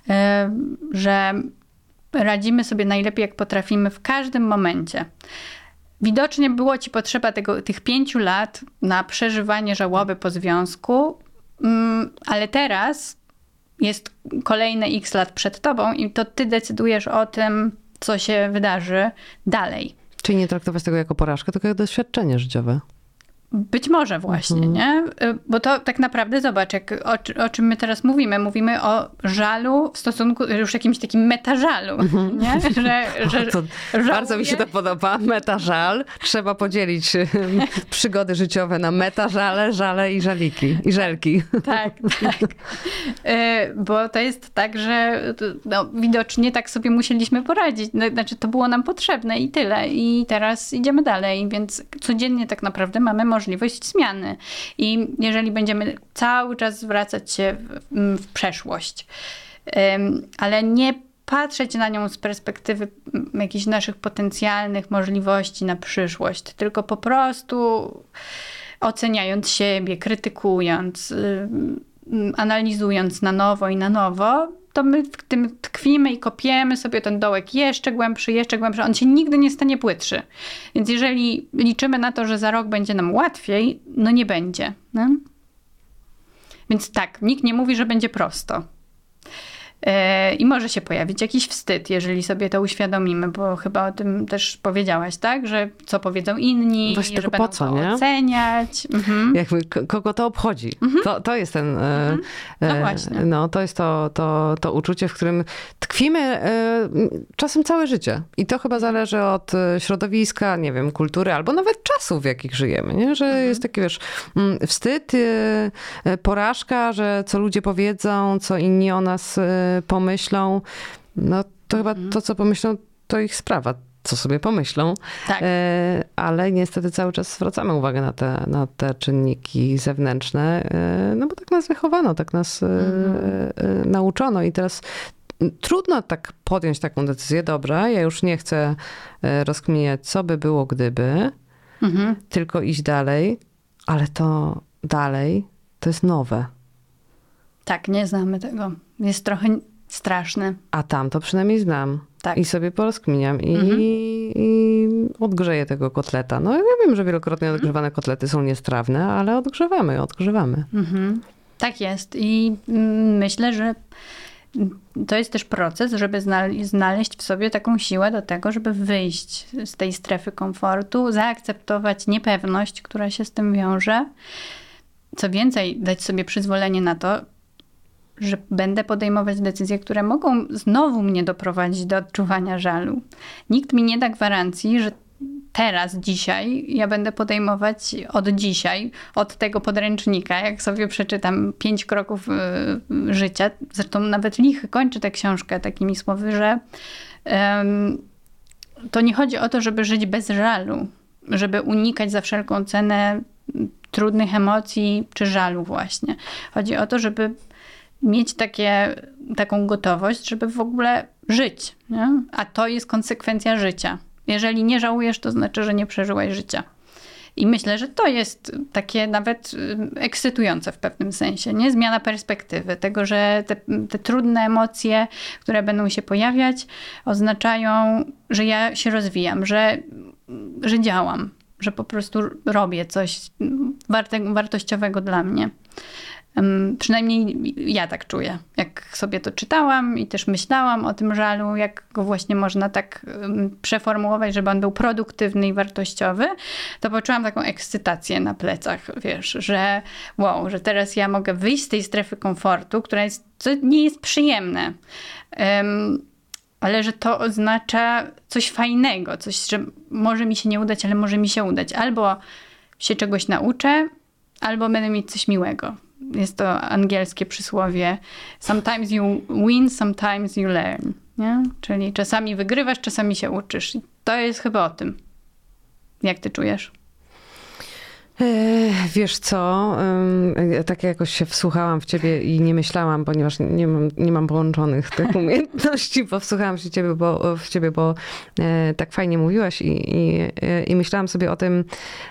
że radzimy sobie najlepiej, jak potrafimy w każdym momencie. Widocznie było ci potrzeba tego, tych pięciu lat na przeżywanie żałoby po związku, ale teraz jest kolejne x lat przed tobą i to ty decydujesz o tym, co się wydarzy dalej. Czyli nie traktować tego jako porażkę, tylko jako doświadczenie życiowe. Być może właśnie, mhm. nie? Bo to tak naprawdę, zobacz, jak, o, o czym my teraz mówimy. Mówimy o żalu w stosunku, już jakimś takim metażalu, mhm. nie? Że, że żałuję... Bardzo mi się to podoba. Metażal. Trzeba podzielić przygody życiowe na metażale, żale i żaliki. I żelki. Tak, tak. Bo to jest tak, że no, widocznie tak sobie musieliśmy poradzić. Znaczy, to było nam potrzebne i tyle. I teraz idziemy dalej, więc codziennie tak naprawdę mamy możliwość możliwość zmiany. I jeżeli będziemy cały czas zwracać się w, w przeszłość, ale nie patrzeć na nią z perspektywy jakichś naszych potencjalnych możliwości na przyszłość, tylko po prostu oceniając siebie, krytykując, analizując na nowo i na nowo, to my w tym tkwimy i kopiemy sobie ten dołek jeszcze głębszy, jeszcze głębszy. On się nigdy nie stanie płytszy. Więc jeżeli liczymy na to, że za rok będzie nam łatwiej, no nie będzie. No? Więc tak, nikt nie mówi, że będzie prosto. I może się pojawić jakiś wstyd, jeżeli sobie to uświadomimy, bo chyba o tym też powiedziałaś, tak? Że co powiedzą inni, Właśnie że będą po co, to nie? oceniać. Mhm. Jakby, kogo to obchodzi? Mhm. To, to jest ten... Mhm. No właśnie. No, to jest to, to, to uczucie, w którym tkwimy czasem całe życie. I to chyba zależy od środowiska, nie wiem, kultury, albo nawet czasów, w jakich żyjemy, nie? Że mhm. jest taki, wiesz, wstyd, porażka, że co ludzie powiedzą, co inni o nas pomyślą, no to chyba to, co pomyślą, to ich sprawa, co sobie pomyślą. Tak. E, ale niestety cały czas zwracamy uwagę na te, na te czynniki zewnętrzne, e, no bo tak nas wychowano, tak nas mhm. e, nauczono i teraz trudno tak podjąć taką decyzję. Dobra, ja już nie chcę rozkminiać, co by było, gdyby, mhm. tylko iść dalej, ale to dalej to jest nowe. Tak, nie znamy tego. Jest trochę straszne. A tam to przynajmniej znam. Tak. I sobie porozkminiam i, mhm. i odgrzeję tego kotleta. No ja wiem, że wielokrotnie odgrzewane kotlety są niestrawne, ale odgrzewamy, odgrzewamy. Mhm. Tak jest. I myślę, że to jest też proces, żeby znaleźć w sobie taką siłę do tego, żeby wyjść z tej strefy komfortu, zaakceptować niepewność, która się z tym wiąże. Co więcej, dać sobie przyzwolenie na to, że będę podejmować decyzje, które mogą znowu mnie doprowadzić do odczuwania żalu. Nikt mi nie da gwarancji, że teraz, dzisiaj, ja będę podejmować od dzisiaj, od tego podręcznika, jak sobie przeczytam pięć kroków y, życia. Zresztą nawet Lichy kończy tę książkę takimi słowy, że um, to nie chodzi o to, żeby żyć bez żalu, żeby unikać za wszelką cenę trudnych emocji czy żalu właśnie. Chodzi o to, żeby mieć takie, taką gotowość, żeby w ogóle żyć. Nie? A to jest konsekwencja życia. Jeżeli nie żałujesz, to znaczy, że nie przeżyłaś życia. I myślę, że to jest takie nawet ekscytujące w pewnym sensie. Nie? Zmiana perspektywy. Tego, że te, te trudne emocje, które będą się pojawiać, oznaczają, że ja się rozwijam, że, że działam, że po prostu robię coś warte, wartościowego dla mnie. Um, przynajmniej ja tak czuję. Jak sobie to czytałam i też myślałam o tym żalu, jak go właśnie można tak um, przeformułować, żeby on był produktywny i wartościowy, to poczułam taką ekscytację na plecach, wiesz, że wow, że teraz ja mogę wyjść z tej strefy komfortu, która jest, co nie jest przyjemne. Um, ale że to oznacza coś fajnego, coś, że może mi się nie udać, ale może mi się udać. Albo się czegoś nauczę, albo będę mieć coś miłego. Jest to angielskie przysłowie. Sometimes you win, sometimes you learn. Nie? Czyli czasami wygrywasz, czasami się uczysz. I to jest chyba o tym. Jak ty czujesz? Wiesz co, tak jakoś się wsłuchałam w ciebie i nie myślałam, ponieważ nie mam, nie mam połączonych tych umiejętności, bo wsłuchałam się ciebie, bo, w ciebie, bo tak fajnie mówiłaś i, i, i myślałam sobie o tym,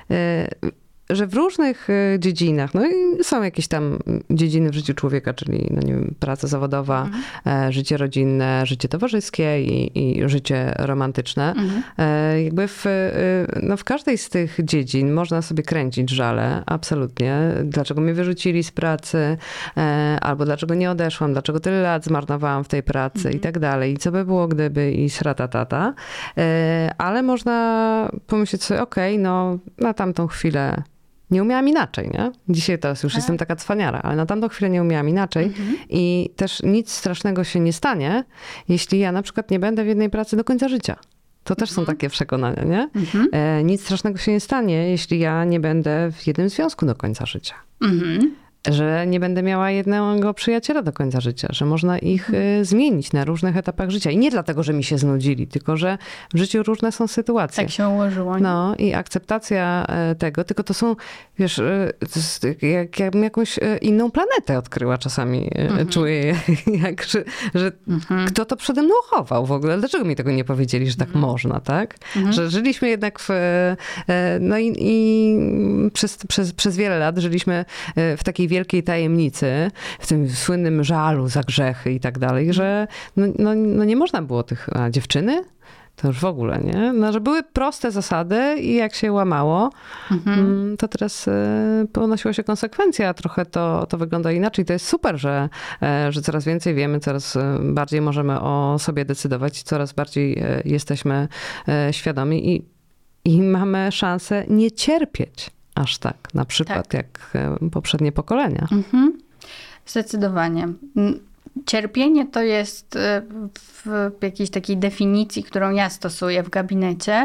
że w różnych dziedzinach, no i są jakieś tam dziedziny w życiu człowieka, czyli no nie wiem, praca zawodowa, mhm. życie rodzinne, życie towarzyskie i, i życie romantyczne. Mhm. Jakby w, no w każdej z tych dziedzin można sobie kręcić żale, absolutnie. Dlaczego mnie wyrzucili z pracy, albo dlaczego nie odeszłam, dlaczego tyle lat zmarnowałam w tej pracy mhm. i tak dalej. I co by było, gdyby i srata tata. Ale można pomyśleć sobie, okej, okay, no na tamtą chwilę nie umiałam inaczej, nie? Dzisiaj teraz już A. jestem taka cwaniara, ale na tamtą chwilę nie umiałam inaczej. Mhm. I też nic strasznego się nie stanie, jeśli ja na przykład nie będę w jednej pracy do końca życia. To też mhm. są takie przekonania, nie? Mhm. E, nic strasznego się nie stanie, jeśli ja nie będę w jednym związku do końca życia. Mhm. Że nie będę miała jednego przyjaciela do końca życia, że można ich mhm. zmienić na różnych etapach życia. I nie dlatego, że mi się znudzili, tylko że w życiu różne są sytuacje. Tak się ułożyło. Nie? No i akceptacja tego, tylko to są, wiesz, jak, jakbym jakąś inną planetę odkryła czasami. Mhm. Czuję, jak, że, że mhm. kto to przede mną chował w ogóle. Dlaczego mi tego nie powiedzieli, że tak mhm. można, tak? Mhm. Że żyliśmy jednak w, no i, i przez, przez, przez wiele lat żyliśmy w takiej wielkiej tajemnicy, w tym słynnym żalu za grzechy i tak dalej, że no, no, no nie można było tych, a dziewczyny? To już w ogóle, nie? No, że były proste zasady i jak się łamało, mhm. to teraz ponosiło się konsekwencje, a trochę to, to wygląda inaczej. To jest super, że, że coraz więcej wiemy, coraz bardziej możemy o sobie decydować, coraz bardziej jesteśmy świadomi i, i mamy szansę nie cierpieć aż tak, na przykład tak. jak poprzednie pokolenia. Mhm. Zdecydowanie. Cierpienie to jest w jakiejś takiej definicji, którą ja stosuję w gabinecie,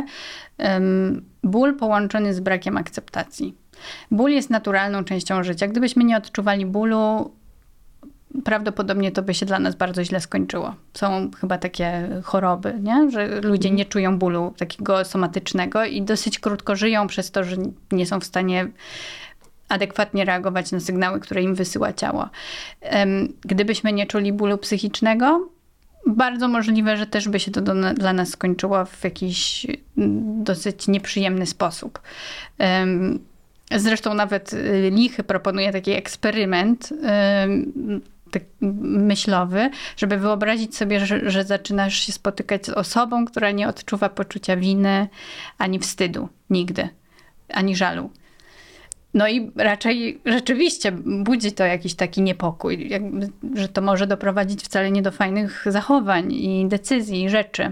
ból połączony z brakiem akceptacji. Ból jest naturalną częścią życia. Gdybyśmy nie odczuwali bólu, prawdopodobnie to by się dla nas bardzo źle skończyło. Są chyba takie choroby, nie? Że ludzie nie czują bólu takiego somatycznego i dosyć krótko żyją przez to, że nie są w stanie adekwatnie reagować na sygnały, które im wysyła ciało. Gdybyśmy nie czuli bólu psychicznego, bardzo możliwe, że też by się to do, dla nas skończyło w jakiś dosyć nieprzyjemny sposób. Zresztą nawet Lichy proponuje taki eksperyment tak myślowy, żeby wyobrazić sobie, że, że zaczynasz się spotykać z osobą, która nie odczuwa poczucia winy, ani wstydu. Nigdy. Ani żalu. No i raczej rzeczywiście budzi to jakiś taki niepokój, jakby, że to może doprowadzić wcale nie do fajnych zachowań i decyzji i rzeczy.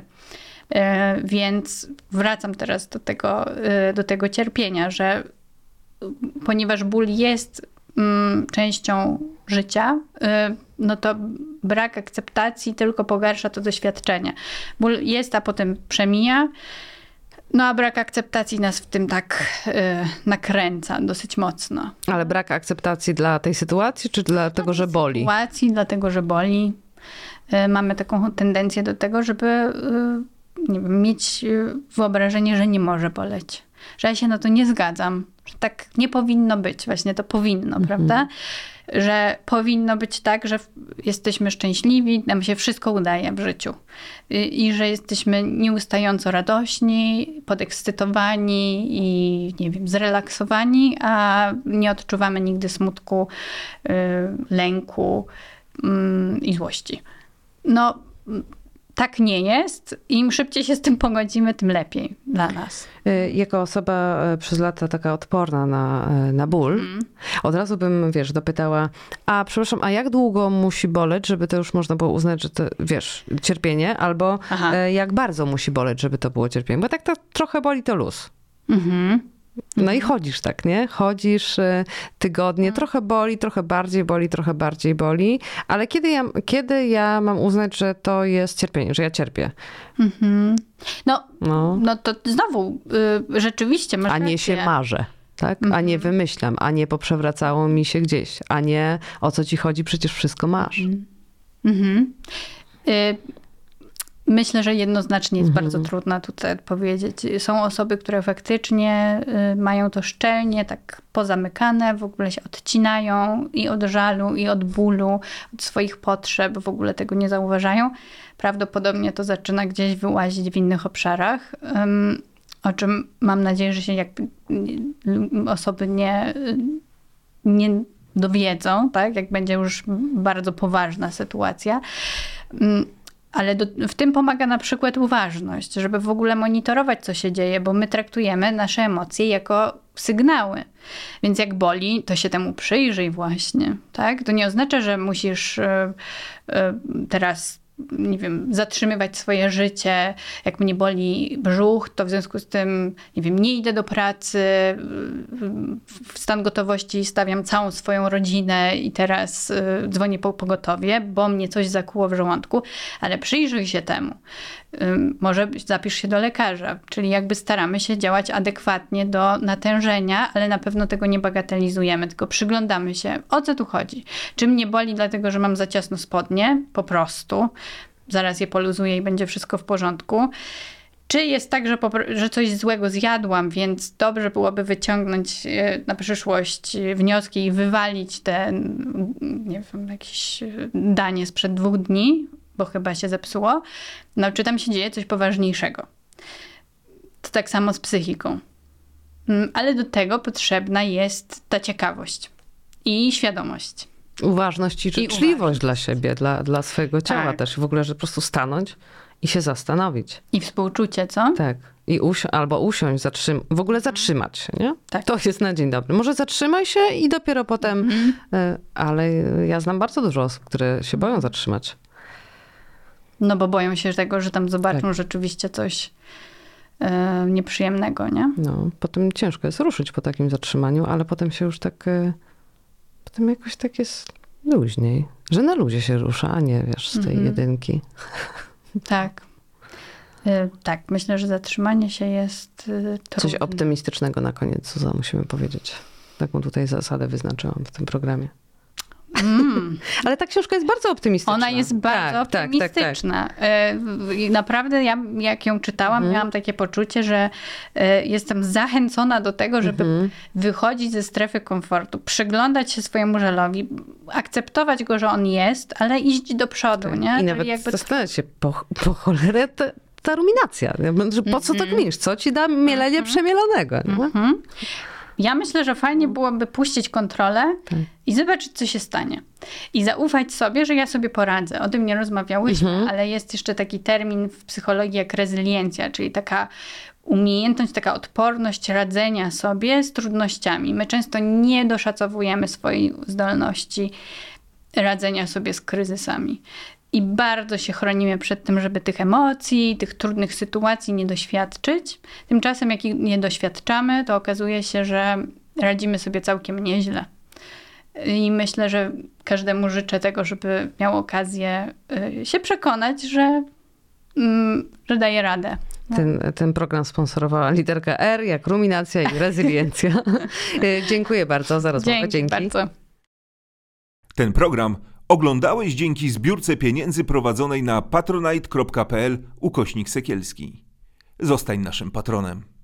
E, więc wracam teraz do tego, e, do tego cierpienia, że ponieważ ból jest mm, częścią życia, e, no to brak akceptacji tylko pogarsza to doświadczenie. Ból jest, a potem przemija. No a brak akceptacji nas w tym tak y, nakręca dosyć mocno. Ale brak akceptacji dla tej sytuacji, czy dlatego, że boli? Sytuacji, dlatego, że boli. Y, mamy taką tendencję do tego, żeby y, nie wiem, mieć wyobrażenie, że nie może boleć. Że ja się na to nie zgadzam. Że tak nie powinno być. Właśnie to powinno, mhm. prawda? Że powinno być tak, że jesteśmy szczęśliwi, nam się wszystko udaje w życiu. I, i że jesteśmy nieustająco radośni, podekscytowani i nie wiem, zrelaksowani, a nie odczuwamy nigdy smutku, y, lęku y, i złości. No, tak nie jest. Im szybciej się z tym pogodzimy, tym lepiej dla nas. Jako osoba przez lata taka odporna na, na ból, mm. od razu bym, wiesz, dopytała, a przepraszam, a jak długo musi boleć, żeby to już można było uznać, że to, wiesz, cierpienie, albo Aha. jak bardzo musi boleć, żeby to było cierpienie? Bo tak to trochę boli, to luz. Mhm. No i chodzisz tak, nie? Chodzisz tygodnie, trochę boli, trochę bardziej boli, trochę bardziej boli, ale kiedy ja, kiedy ja mam uznać, że to jest cierpienie, że ja cierpię? Mhm. No, no. no to znowu y, rzeczywiście masz A nie rację. się marzę, tak? Mhm. A nie wymyślam, a nie poprzewracało mi się gdzieś, a nie o co ci chodzi, przecież wszystko masz. Mhm. Y Myślę, że jednoznacznie jest mhm. bardzo trudno tutaj odpowiedzieć. Są osoby, które faktycznie y, mają to szczelnie, tak pozamykane, w ogóle się odcinają i od żalu, i od bólu, od swoich potrzeb, w ogóle tego nie zauważają. Prawdopodobnie to zaczyna gdzieś wyłazić w innych obszarach, ym, o czym mam nadzieję, że się jakby y, osoby nie, y, nie dowiedzą, tak? Jak będzie już bardzo poważna sytuacja. Ym, Ale do, w tym pomaga na przykład uważność, żeby w ogóle monitorować, co się dzieje, bo my traktujemy nasze emocje jako sygnały. Więc jak boli, to się temu przyjrzyj właśnie, tak? To nie oznacza, że musisz y, y, teraz, nie wiem, zatrzymywać swoje życie. Jak mnie boli brzuch, to w związku z tym, nie wiem, nie idę do pracy, w stan gotowości stawiam całą swoją rodzinę i teraz dzwonię po pogotowie, bo mnie coś zakuło w żołądku, ale przyjrzyj się temu. Może zapisz się do lekarza, czyli jakby staramy się działać adekwatnie do natężenia, ale na pewno tego nie bagatelizujemy, tylko przyglądamy się, o co tu chodzi. Czy mnie boli dlatego, że mam za ciasno spodnie? Po prostu. Zaraz je poluzuję i będzie wszystko w porządku. Czy jest tak, że, że coś złego zjadłam, więc dobrze byłoby wyciągnąć na przyszłość wnioski i wywalić te, nie wiem, jakieś danie sprzed dwóch dni, bo chyba się zepsuło. No, czy tam się dzieje coś poważniejszego? To tak samo z psychiką. Ale do tego potrzebna jest ta ciekawość i świadomość. Uważność i życzliwość dla siebie, dla, dla swojego ciała tak. też. W ogóle, że po prostu stanąć i się zastanowić. I współczucie, co? Tak. I usi- albo usiąść, zatrzym- w ogóle zatrzymać się, nie? Tak. To jest na dzień dobry. Może zatrzymaj się i dopiero potem... Mm-hmm. y- ale ja znam bardzo dużo osób, które się boją zatrzymać. No bo boją się tego, że tam zobaczą tak. rzeczywiście coś y- nieprzyjemnego, nie? No, potem ciężko jest ruszyć po takim zatrzymaniu, ale potem się już tak... Y- potem jakoś tak jest luźniej. Że na luzie się rusza, a nie, wiesz, z tej mm-hmm. jedynki. Tak. Y- tak, myślę, że zatrzymanie się jest y- Coś optymistycznego na koniec, co musimy powiedzieć. Taką tutaj zasadę wyznaczyłam w tym programie. Mm. Ale ta książka jest bardzo optymistyczna. Ona jest bardzo tak, tak, optymistyczna. Tak, tak, tak. I naprawdę ja, jak ją czytałam, mhm. miałam takie poczucie, że jestem zachęcona do tego, żeby mhm. wychodzić ze strefy komfortu, przyglądać się swojemu żalowi, akceptować go, że on jest, ale iść do przodu. Tak. Nie? I Czyli nawet jakby... zastanawiać się, po, po cholerę te, ta ruminacja. Po co to kminisz? Co ci da mielenie mm-hmm. przemielonego? Mm-hmm. Ja myślę, że fajnie byłoby puścić kontrolę tak. i zobaczyć, co się stanie. I zaufać sobie, że ja sobie poradzę. O tym nie rozmawiałyśmy, mm-hmm. ale jest jeszcze taki termin w psychologii jak rezyliencja, czyli taka umiejętność, taka odporność radzenia sobie z trudnościami. My często nie doszacowujemy swojej zdolności radzenia sobie z kryzysami. I bardzo się chronimy przed tym, żeby tych emocji, tych trudnych sytuacji nie doświadczyć. Tymczasem jak ich nie doświadczamy, to okazuje się, że radzimy sobie całkiem nieźle. I myślę, że każdemu życzę tego, żeby miał okazję się przekonać, że, że daje radę. No. Ten, ten program sponsorowała literka R, jak ruminacja i rezyliencja. Dziękuję bardzo za rozmowę. Dzięki, Dzięki bardzo. Ten program oglądałeś dzięki zbiórce pieniędzy prowadzonej na patronite kropka pl ukośnik Sekielski. Zostań naszym patronem.